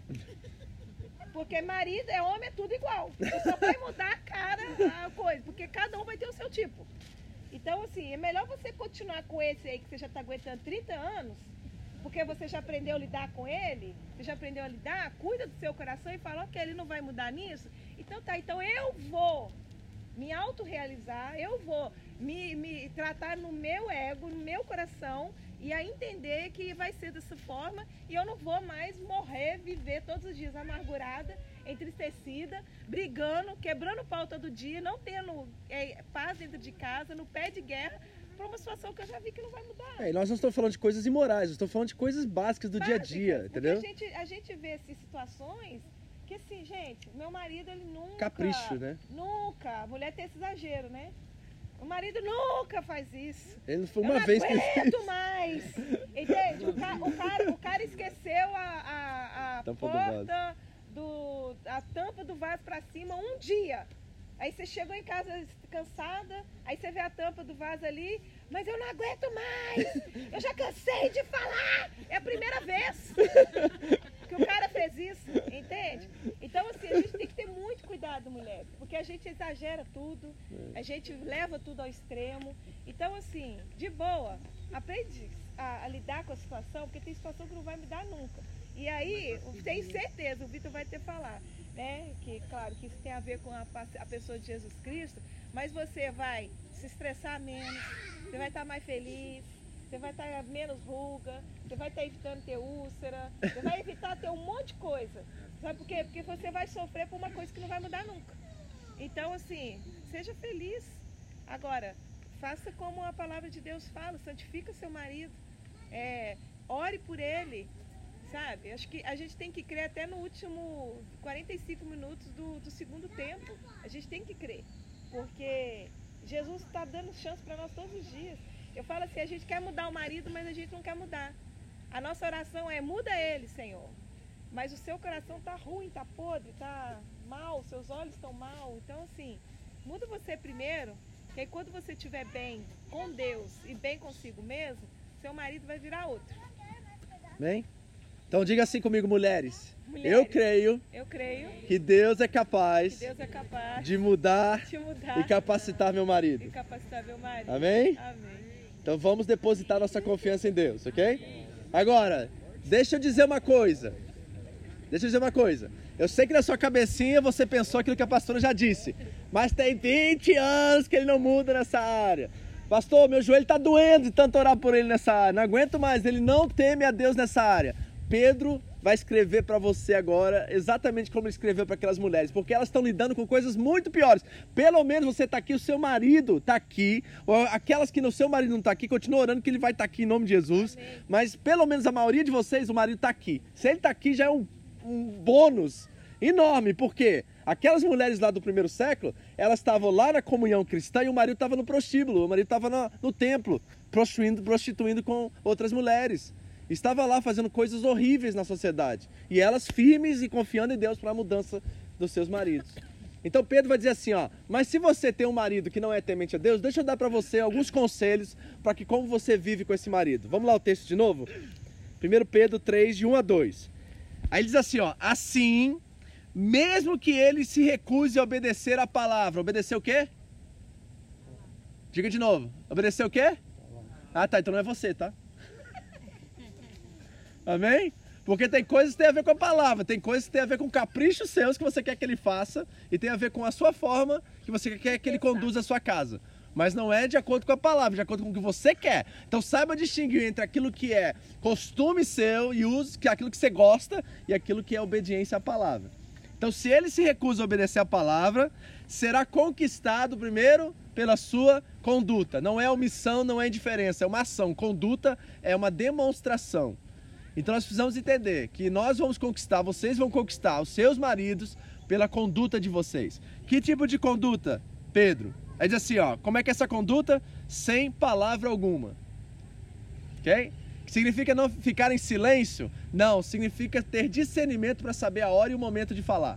Porque marido é homem, é tudo igual. Você só vai mudar a cara, a coisa, porque cada um vai ter o seu tipo. Então, assim, é melhor você continuar com esse aí que você já está aguentando trinta anos, porque você já aprendeu a lidar com ele, você já aprendeu a lidar, cuida do seu coração e fala, ok, ele não vai mudar nisso. Então tá, então eu vou me autorrealizar, eu vou me, me tratar no meu ego, no meu coração, e a entender que vai ser dessa forma e eu não vou mais morrer, viver todos os dias amargurada, entristecida, brigando, quebrando pau todo dia, não tendo é, paz dentro de casa, no pé de guerra, por uma situação que eu já vi que não vai mudar. É, e nós não estamos falando de coisas imorais, nós estamos falando de coisas básicas do Básicas, dia a dia, entendeu? A gente, a gente vê assim, situações que assim, gente, meu marido ele nunca... Capricho, né? Nunca, a mulher tem esse exagero, né? O marido nunca faz isso. Ele não foi eu uma não vez que aguento ele mais. Entende? O, ca, o, cara, o cara esqueceu a, a, a Tampa do porta, do, a tampa do vaso pra cima um dia. Aí você chegou em casa cansada, aí você vê a tampa do vaso ali, mas eu não aguento mais, eu já cansei de falar, é a primeira vez que o cara fez isso, entende? Então assim, a gente tem que ter muito cuidado, mulher, porque a gente exagera tudo, a gente leva tudo ao extremo. Então assim, de boa, aprende a, a lidar com a situação, porque tem situação que não vai mudar nunca. E aí, tenho certeza, o Vitor vai ter falar, né? Que claro que isso tem a ver com a, a pessoa de Jesus Cristo, mas você vai se estressar menos, você vai estar mais feliz, você vai estar menos ruga, você vai estar evitando ter úlcera, você vai evitar ter um monte de coisa. Sabe por quê? Porque você vai sofrer por uma coisa que não vai mudar nunca. Então, assim, seja feliz. Agora, faça como a palavra de Deus fala, santifica seu marido, é, ore por ele. Sabe? Acho que a gente tem que crer até no último quarenta e cinco minutos do, do segundo tempo. A gente tem que crer. Porque Jesus está dando chance para nós todos os dias. Eu falo assim, a gente quer mudar o marido, mas a gente não quer mudar. A nossa oração é, muda ele, Senhor. Mas o seu coração está ruim, está podre, está mal, seus olhos estão mal. Então assim, muda você primeiro, que aí quando você estiver bem com Deus e bem consigo mesmo, seu marido vai virar outro. Bem? Então diga assim comigo, mulheres. Mulheres, eu creio, eu creio que Deus é capaz, que Deus é capaz de, mudar de mudar e capacitar meu marido. e capacitar meu marido. Amém? Amém. Então vamos depositar nossa confiança em Deus, ok? Agora, deixa eu dizer uma coisa. Deixa eu dizer uma coisa. Eu sei que na sua cabecinha você pensou aquilo que a pastora já disse, mas tem vinte anos que ele não muda nessa área. Pastor, meu joelho está doendo de tanto orar por ele nessa área. Não aguento mais, ele não teme a Deus nessa área. Pedro vai escrever para você agora exatamente como ele escreveu para aquelas mulheres, porque elas estão lidando com coisas muito piores. Pelo menos você está aqui, o seu marido está aqui, ou aquelas que no seu marido não está aqui, continua orando que ele vai estar tá aqui em nome de Jesus. Amém. Mas pelo menos a maioria de vocês, o marido está aqui. Se ele está aqui já é um, um bônus enorme, porque aquelas mulheres lá do primeiro século, elas estavam lá na comunhão cristã e o marido estava no prostíbulo, o marido estava no, no templo, prostituindo, prostituindo com outras mulheres. Estava lá fazendo coisas horríveis na sociedade. E elas firmes e confiando em Deus para a mudança dos seus maridos. Então Pedro vai dizer assim, ó, mas se você tem um marido que não é temente a Deus, deixa eu dar para você alguns conselhos para que como você vive com esse marido. Vamos lá o texto de novo? primeiro Pedro três, de um a dois. Aí ele diz assim, ó, assim, mesmo que ele se recuse a obedecer a palavra. Obedecer o quê? Diga de novo. Obedecer o quê? Ah, tá, então não é você, tá? Amém? Porque tem coisas que tem a ver com a palavra, tem coisas que tem a ver com caprichos seus que você quer que ele faça e tem a ver com a sua forma que você quer que ele conduza a sua casa. Mas não é de acordo com a palavra, de acordo com o que você quer. Então saiba distinguir entre aquilo que é costume seu e uso, que é aquilo que você gosta e aquilo que é obediência à palavra. Então se ele se recusa a obedecer à palavra, será conquistado primeiro pela sua conduta. Não é omissão, não é indiferença, é uma ação. Conduta é uma demonstração. Então nós precisamos entender que nós vamos conquistar, vocês vão conquistar os seus maridos pela conduta de vocês. Que tipo de conduta, Pedro? Aí diz assim, ó, como é que é essa conduta? Sem palavra alguma. Ok? Significa não ficar em silêncio? Não, significa ter discernimento para saber a hora e o momento de falar.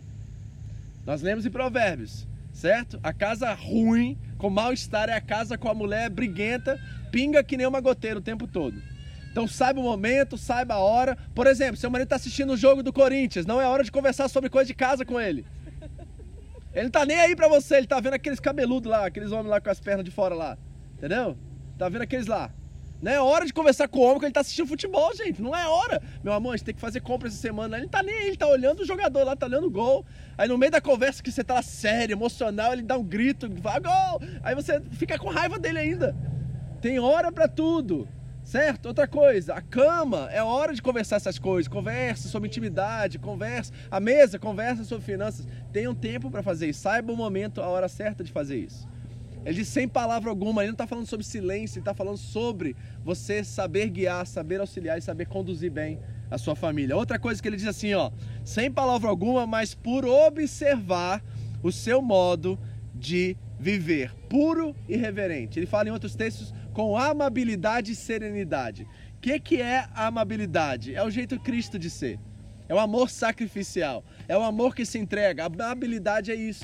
Nós lemos em Provérbios, certo? A casa ruim, com mal-estar, é a casa com a mulher briguenta, pinga que nem uma goteira o tempo todo. Então saiba o momento, saiba a hora. Por exemplo, seu marido está assistindo o jogo do Corinthians, não é hora de conversar sobre coisa de casa com ele. Ele não tá nem aí pra você, ele tá vendo aqueles cabeludos lá, aqueles homens lá com as pernas de fora lá. Entendeu? Tá vendo aqueles lá. Não é hora de conversar com o homem que ele tá assistindo futebol, gente. Não é hora. Meu amor, a gente tem que fazer compra essa semana. Ele não tá nem aí, ele tá olhando o jogador lá, tá olhando o gol. Aí no meio da conversa que você tá lá sério, emocional, ele dá um grito, vai gol. Aí você fica com raiva dele ainda. Tem hora pra tudo. Certo? Outra coisa, a cama, é hora de conversar essas coisas, conversa sobre intimidade, conversa, a mesa, conversa sobre finanças, tenham tempo para fazer isso, saiba o momento, a hora certa de fazer isso. Ele diz sem palavra alguma, ele não está falando sobre silêncio, ele está falando sobre você saber guiar, saber auxiliar e saber conduzir bem a sua família. Outra coisa que ele diz assim, ó, sem palavra alguma, mas por observar o seu modo de viver, puro e reverente. Ele fala em outros textos, com amabilidade e serenidade. O que, que é a amabilidade? É o jeito Cristo de ser. É o amor sacrificial. É o amor que se entrega. A amabilidade é isso.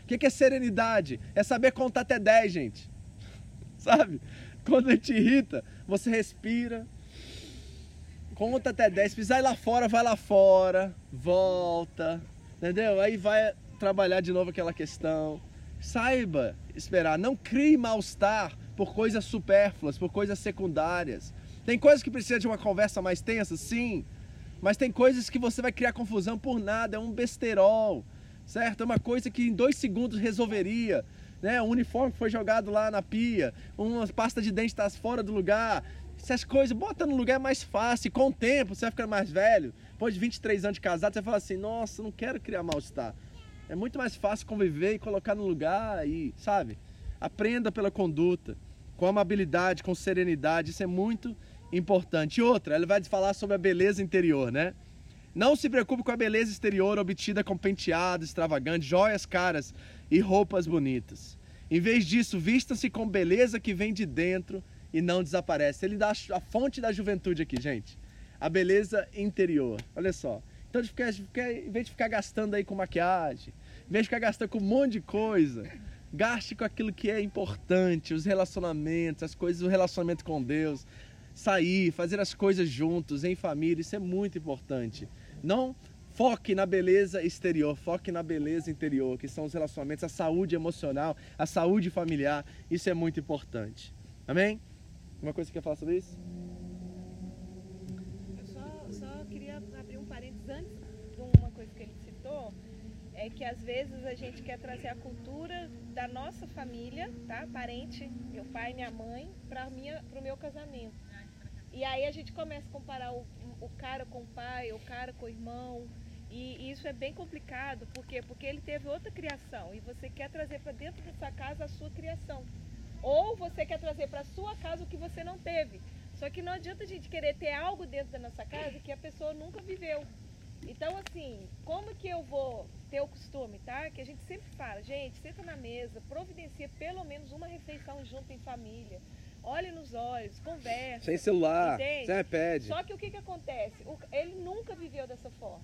que, que é serenidade? É saber contar até dez, gente. Sabe? Quando a gente irrita, você respira, conta até dez, precisar ir lá fora, vai lá fora, volta, entendeu? Aí vai trabalhar de novo aquela questão. Saiba esperar, não crie mal-estar por coisas supérfluas, por coisas secundárias. Tem coisas que precisam de uma conversa mais tensa, sim, mas tem coisas que você vai criar confusão por nada, é um besterol, certo? É uma coisa que em dois segundos resolveria. Né? Um uniforme foi jogado lá na pia, uma pasta de dente está fora do lugar. Essas coisas, bota no lugar mais fácil. Com o tempo, você vai ficando mais velho. Depois de vinte e três anos de casado, você fala assim, nossa, não quero criar mal-estar. É muito mais fácil conviver e colocar no lugar e, sabe? Aprenda pela conduta, com amabilidade, com serenidade. Isso é muito importante. E outra, ela vai falar sobre a beleza interior, né? Não se preocupe com a beleza exterior obtida com penteado extravagante, joias caras e roupas bonitas. Em vez disso, vistam-se com beleza que vem de dentro e não desaparece. Ele dá a fonte da juventude aqui, gente. A beleza interior. Olha só. Então, de ficar, de ficar, em vez de ficar gastando aí com maquiagem, em vez de ficar gastando com um monte de coisa, gaste com aquilo que é importante, os relacionamentos, as coisas, o relacionamento com Deus. Sair, fazer as coisas juntos, em família, isso é muito importante. Não foque na beleza exterior, foque na beleza interior, que são os relacionamentos, a saúde emocional, a saúde familiar, isso é muito importante. Amém? Alguma coisa que você quer falar sobre isso? Eu só, só queria abrir um parênteses antes de uma coisa que ele citou, é que às vezes a gente quer trazer a cultura da nossa família, tá? Parente, meu pai, minha mãe, para minha, pro meu casamento. E aí a gente começa a comparar o, o cara com o pai, o cara com o irmão, e, e isso é bem complicado, por quê? Porque ele teve outra criação e você quer trazer para dentro da sua casa a sua criação. Ou você quer trazer para a sua casa o que você não teve. Só que não adianta a gente querer ter algo dentro da nossa casa que a pessoa nunca viveu. Então, assim, como que eu vou ter o costume, tá? Que a gente sempre fala, gente, senta na mesa, providencia pelo menos uma refeição junto em família. Olhe nos olhos, conversa. Sem celular, entende? sem iPad. Só que o que, que acontece? O, ele nunca viveu dessa forma.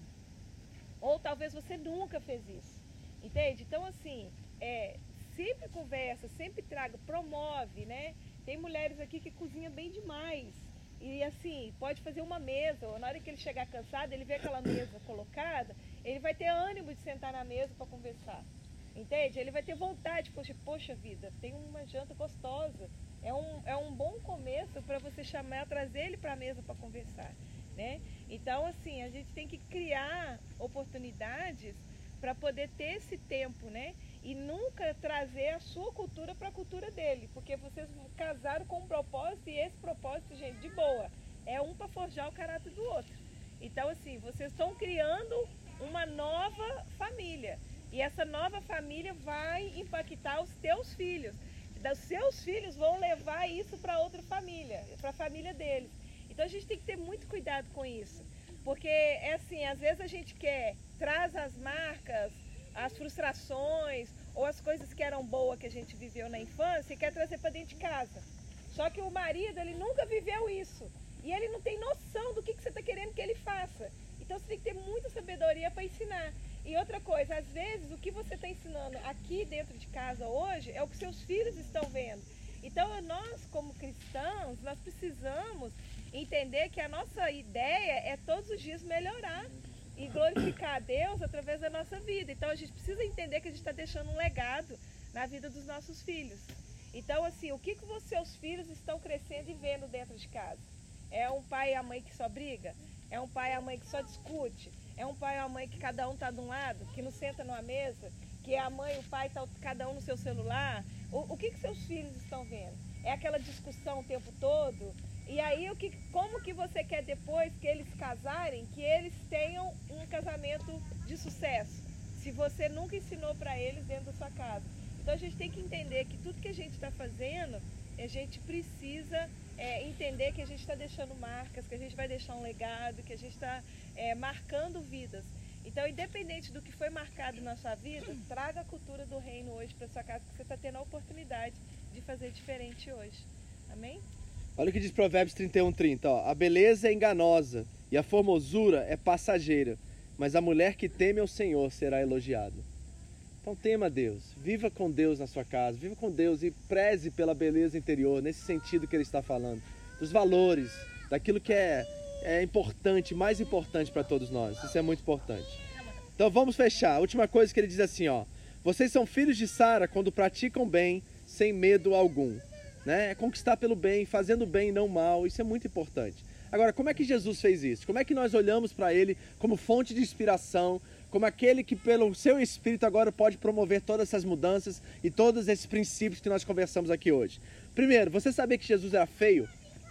Ou talvez você nunca fez isso. Entende? Então, assim, é, sempre conversa, sempre traga, promove, né? Tem mulheres aqui que cozinham bem demais. E assim, pode fazer uma mesa, ou na hora que ele chegar cansado, ele vê aquela mesa colocada, ele vai ter ânimo de sentar na mesa para conversar. Entende? Ele vai ter vontade, poxa, poxa vida, tem uma janta gostosa. É um, é um bom começo para você chamar, trazer ele para a mesa para conversar, né? Então, assim, a gente tem que criar oportunidades para poder ter esse tempo, né? E nunca trazer a sua cultura para a cultura dele, porque vocês casaram com um propósito e esse propósito, gente, de boa, é um para forjar o caráter do outro. Então, assim, vocês estão criando uma nova família e essa nova família vai impactar os teus filhos. Os seus filhos vão levar isso para outra família, para a família deles. Então a gente tem que ter muito cuidado com isso, porque é assim, às vezes a gente quer, traz as marcas, as frustrações ou as coisas que eram boas que a gente viveu na infância e quer trazer para dentro de casa. Só que o marido, ele nunca viveu isso e ele não tem noção do que, que você está querendo que ele faça. Então você tem que ter muita sabedoria para ensinar. E outra coisa, às vezes o que você está ensinando aqui dentro de casa hoje é o que seus filhos estão vendo. Então nós, como cristãos, nós precisamos entender que a nossa ideia é todos os dias melhorar e glorificar a Deus através da nossa vida. Então a gente precisa entender que a gente está deixando um legado na vida dos nossos filhos. Então assim, o que, que os seus filhos estão crescendo e vendo dentro de casa? É um pai e a mãe que só briga? É um pai e a mãe que só discute? É um pai e uma mãe que cada um está de um lado, que não senta numa mesa, que a mãe e o pai estão cada um no seu celular? O, o que, que seus filhos estão vendo? É aquela discussão o tempo todo? E aí, o que, como que você quer depois que eles casarem, que eles tenham um casamento de sucesso? Se você nunca ensinou para eles dentro da sua casa. Então a gente tem que entender que tudo que a gente está fazendo, a gente precisa é, entender que a gente está deixando marcas, que a gente vai deixar um legado, que a gente está é, marcando vidas. Então, independente do que foi marcado na sua vida, traga a cultura do reino hoje para sua casa, que você está tendo a oportunidade de fazer diferente hoje. Amém? Olha o que diz Provérbios trinta e um, trinta. Ó. A beleza é enganosa e a formosura é passageira, mas a mulher que teme ao Senhor será elogiada. Então tema Deus, viva com Deus na sua casa, viva com Deus e preze pela beleza interior, nesse sentido que ele está falando, dos valores, daquilo que é, é importante, mais importante para todos nós, isso é muito importante. Então vamos fechar, a última coisa que ele diz assim, ó, vocês são filhos de Sara quando praticam bem, sem medo algum, né? É conquistar pelo bem, fazendo bem e não mal, isso é muito importante. Agora, como é que Jesus fez isso? Como é que nós olhamos para ele como fonte de inspiração, como aquele que pelo seu Espírito agora pode promover todas essas mudanças e todos esses princípios que nós conversamos aqui hoje? Primeiro, você sabia que Jesus era feio?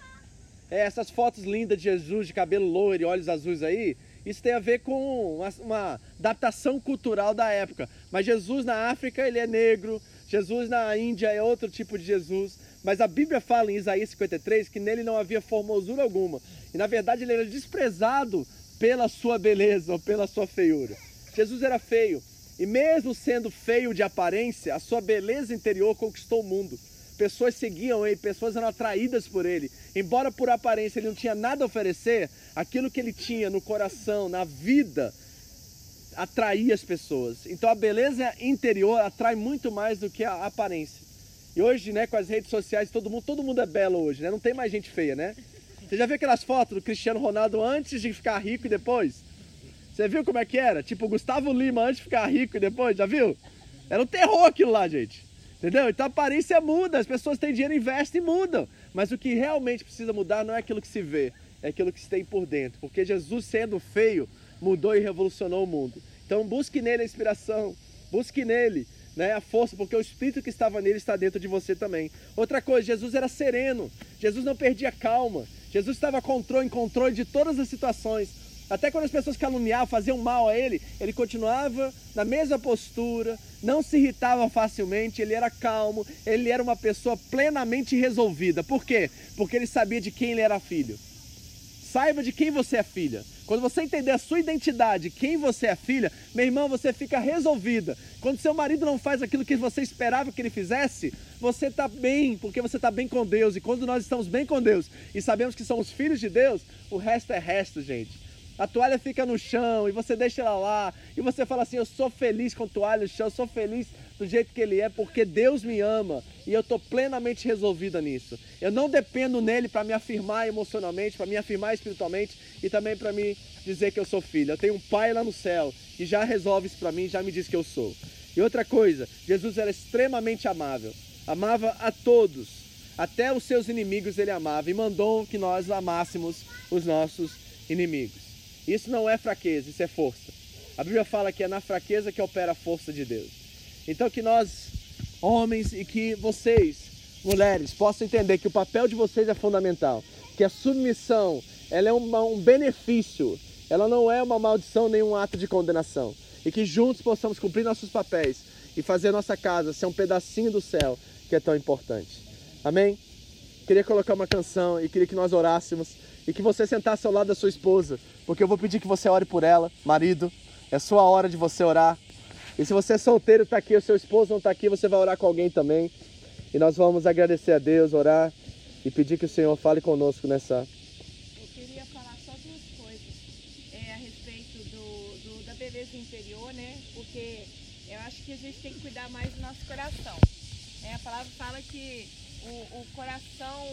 É, essas fotos lindas de Jesus, de cabelo loiro e olhos azuis aí, isso tem a ver com uma, uma adaptação cultural da época. Mas Jesus na África, ele é negro, Jesus na Índia é outro tipo de Jesus. Mas a Bíblia fala em Isaías cinquenta e três que nele não havia formosura alguma. E na verdade ele era desprezado pela sua beleza ou pela sua feiura. Jesus era feio. E mesmo sendo feio de aparência, a sua beleza interior conquistou o mundo. Pessoas seguiam ele, pessoas eram atraídas por ele. Embora por aparência ele não tinha nada a oferecer, aquilo que ele tinha no coração, na vida, atraía as pessoas. Então a beleza interior atrai muito mais do que a aparência. E hoje, né, com as redes sociais, todo mundo, todo mundo é belo hoje, né? Não tem mais gente feia, né? Você já viu aquelas fotos do Cristiano Ronaldo antes de ficar rico e depois? Você viu como é que era? Tipo o Gustavo Lima antes de ficar rico e depois, já viu? Era um terror aquilo lá, gente. Entendeu? Então a aparência muda, as pessoas têm dinheiro, investem e mudam. Mas o que realmente precisa mudar não é aquilo que se vê, é aquilo que se tem por dentro. Porque Jesus, sendo feio, mudou e revolucionou o mundo. Então busque nele a inspiração, busque nele, né, a força, porque o Espírito que estava nele está dentro de você também. Outra coisa, Jesus era sereno, Jesus não perdia calma, Jesus estava controle, em controle de todas as situações. Até quando as pessoas caluniavam, faziam mal a ele, ele continuava na mesma postura, não se irritava facilmente, ele era calmo, ele era uma pessoa plenamente resolvida. Por quê? Porque ele sabia de quem ele era filho. Saiba de quem você é filha. Quando você entender a sua identidade, quem você é filha, meu irmão, você fica resolvida. Quando seu marido não faz aquilo que você esperava que ele fizesse, você está bem, porque você está bem com Deus. E quando nós estamos bem com Deus e sabemos que somos filhos de Deus, o resto é resto, gente. A toalha fica no chão e você deixa ela lá. E você fala assim, eu sou feliz com a toalha no chão, eu sou feliz do jeito que ele é, porque Deus me ama. E eu estou plenamente resolvida nisso. Eu não dependo nele para me afirmar emocionalmente, para me afirmar espiritualmente e também para me dizer que eu sou filho. Eu tenho um pai lá no céu que já resolve isso para mim, já me diz que eu sou. E outra coisa, Jesus era extremamente amável. Amava a todos. Até os seus inimigos ele amava e mandou que nós amássemos os nossos inimigos. Isso não é fraqueza, isso é força. A Bíblia fala que é na fraqueza que opera a força de Deus. Então que nós, homens, e que vocês, mulheres, possam entender que o papel de vocês é fundamental. Que a submissão, ela é uma, um benefício, ela não é uma maldição nem um ato de condenação. E que juntos possamos cumprir nossos papéis e fazer nossa casa ser um pedacinho do céu que é tão importante. Amém? Queria colocar uma canção e queria que nós orássemos e que você sentasse ao lado da sua esposa, porque eu vou pedir que você ore por ela, marido, é a sua hora de você orar. E se você é solteiro, está aqui, o seu esposo não está aqui, você vai orar com alguém também. E nós vamos agradecer a Deus, orar e pedir que o Senhor fale conosco nessa... Eu queria falar só duas coisas é, a respeito do, do, da beleza interior, né? Porque eu acho que a gente tem que cuidar mais do nosso coração. É, a palavra fala que o, o coração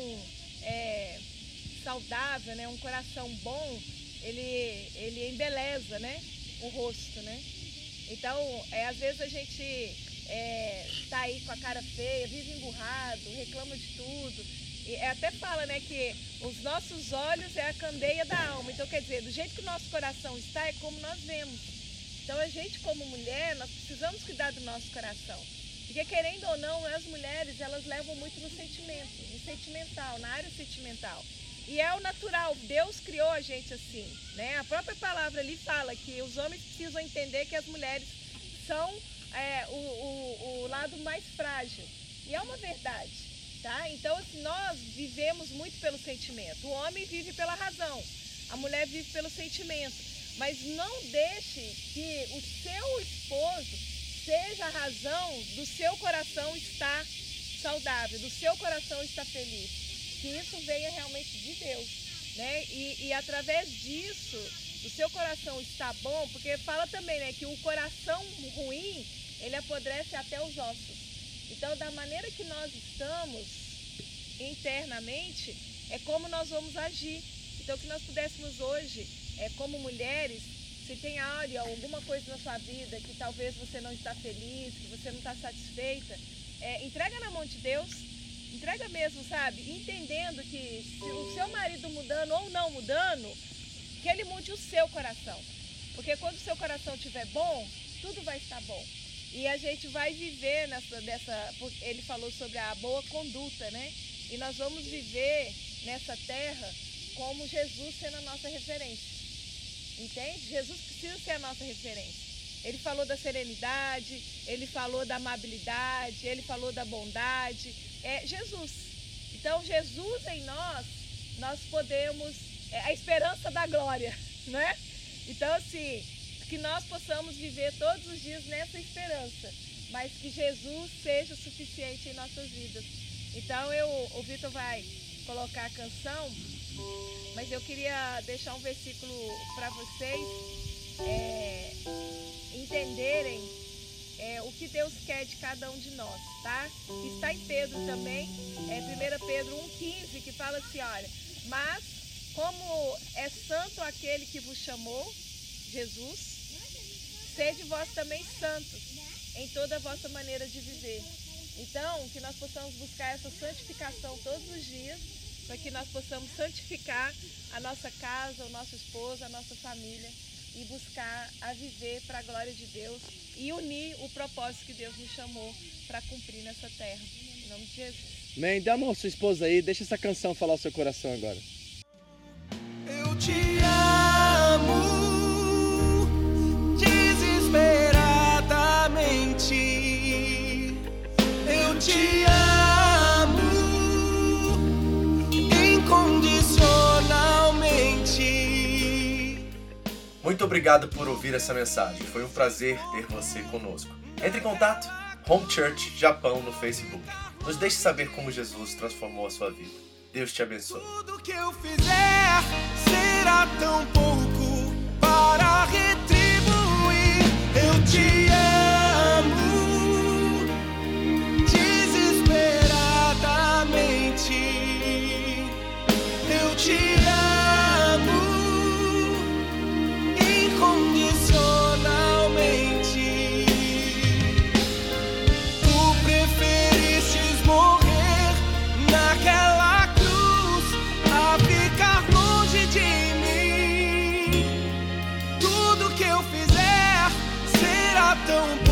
é, saudável, né? Um coração bom, ele, ele embeleza, né? O rosto, né? Então, é, às vezes a gente é, tá aí com a cara feia, vive emburrado, reclama de tudo. E até fala, né, que os nossos olhos é a candeia da alma. Então, quer dizer, do jeito que o nosso coração está, é como nós vemos. Então, a gente como mulher, nós precisamos cuidar do nosso coração. Porque, querendo ou não, as mulheres, elas levam muito no sentimento, no sentimental, na área sentimental. E é o natural, Deus criou a gente assim, né? A própria palavra ali fala que os homens precisam entender que as mulheres são é, o, o, o lado mais frágil. E é uma verdade, tá? Então, assim, nós vivemos muito pelo sentimento. O homem vive pela razão, a mulher vive pelo sentimento. Mas não deixe que o seu esposo seja a razão do seu coração estar saudável, do seu coração estar feliz. Que isso venha realmente de Deus, né? E, e através disso, o seu coração está bom, porque fala também, né, que o coração ruim, ele apodrece até os ossos. Então, da maneira que nós estamos internamente, é como nós vamos agir. Então, que nós pudéssemos hoje, é, como mulheres, se tem área, alguma coisa na sua vida que talvez você não está feliz, que você não está satisfeita, é, entrega na mão de Deus, entrega mesmo, sabe? Entendendo que se o seu marido mudando ou não mudando, que ele mude o seu coração. Porque quando o seu coração estiver bom, tudo vai estar bom. E a gente vai viver nessa, dessa, ele falou sobre a boa conduta, né? E nós vamos viver nessa terra como Jesus sendo a nossa referência. Entende? Jesus precisa ser a nossa referência. Ele falou da serenidade, ele falou da amabilidade, ele falou da bondade. É Jesus. Então, Jesus em nós, nós podemos, é a esperança da glória, né? Então, assim, que nós possamos viver todos os dias nessa esperança, mas que Jesus seja suficiente em nossas vidas. Então, eu, o Vitor vai colocar a canção, mas eu queria deixar um versículo para vocês é, entenderem é, o que Deus quer de cada um de nós, tá? Que está em Pedro também, é primeira Pedro um, quinze, que fala assim, olha, mas como é santo aquele que vos chamou, Jesus, sede vós também santos em toda a vossa maneira de viver. Então, que nós possamos buscar essa santificação todos os dias, para que nós possamos santificar a nossa casa, o nosso esposo, a nossa família e buscar a viver para a glória de Deus e unir o propósito que Deus nos chamou para cumprir nessa terra. Em nome de Jesus. Amém. Dá a mão à sua esposa aí, deixa essa canção falar o seu coração agora. Eu te amo desesperadamente. Eu te amo incondicionalmente. Muito obrigado por ouvir essa mensagem. Foi um prazer ter você conosco. Entre em contato, Home Church Japão no Facebook. Nos deixe saber como Jesus transformou a sua vida. Deus te abençoe. Tudo que eu fizer será tão pouco para retribuir. Eu te amo desesperadamente. Eu te amo incondicionalmente. Tu preferistes morrer naquela cruz a ficar longe de mim. Tudo que eu fizer será tão bom.